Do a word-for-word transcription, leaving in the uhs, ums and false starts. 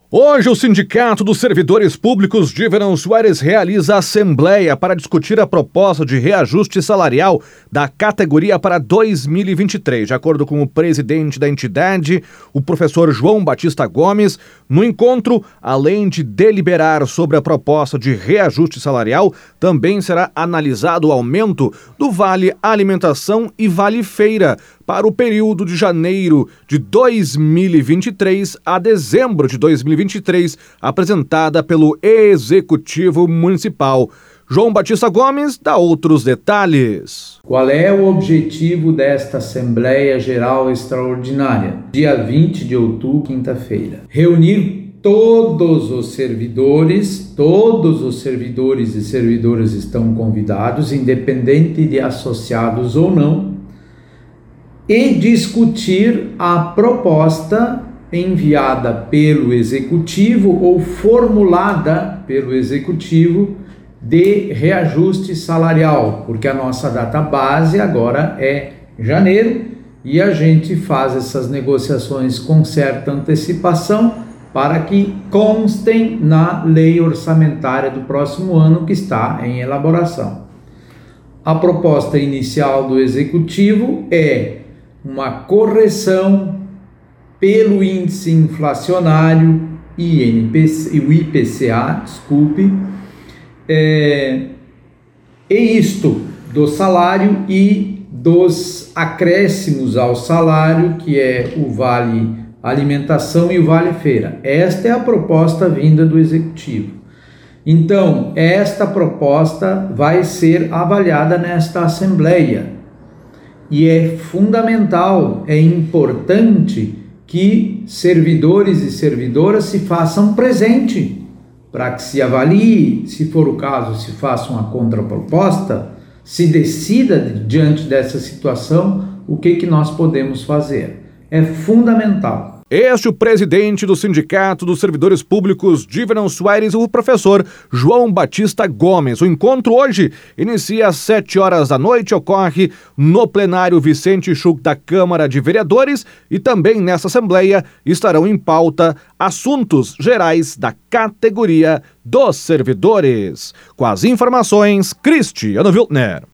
Hoje, o Sindicato dos Servidores Públicos de Venão Soares realiza a assembleia para discutir a proposta de reajuste salarial da categoria para dois mil e vinte e três. De acordo com o presidente da entidade, o professor João Batista Gomes, no encontro, além de deliberar sobre a proposta de reajuste salarial, também será analisado o aumento do Vale Alimentação e Vale Feira para o período de janeiro de dois mil e vinte e três a dezembro de dois mil e vinte e três, apresentada pelo Executivo Municipal. João Batista Gomes dá outros detalhes. Qual é o objetivo desta Assembleia Geral Extraordinária? Dia vinte de outubro, quinta-feira. Reunir todos os servidores, todos os servidores e servidoras estão convidados, independente de associados ou não, e discutir a proposta enviada pelo Executivo ou formulada pelo Executivo de reajuste salarial, porque a nossa data base agora é janeiro e a gente faz essas negociações com certa antecipação para que constem na lei orçamentária do próximo ano que está em elaboração. A proposta inicial do Executivo é uma correção pelo índice inflacionário I N P C, o I P C A, desculpe, é, e isto do salário e dos acréscimos ao salário, que é o Vale Alimentação e o Vale Feira. Esta é a proposta vinda do Executivo. Então, esta proposta vai ser avaliada nesta Assembleia. E é fundamental, é importante que servidores e servidoras se façam presente para que se avalie, se for o caso, se faça uma contraproposta, se decida diante dessa situação o que, que nós podemos fazer. É fundamental. Este é o presidente do Sindicato dos Servidores Públicos de Venão Soares, o professor João Batista Gomes. O encontro hoje inicia às sete horas da noite, ocorre no plenário Vicente Schuch da Câmara de Vereadores e também nessa assembleia estarão em pauta assuntos gerais da categoria dos servidores. Com as informações, Cristiano Wiltner.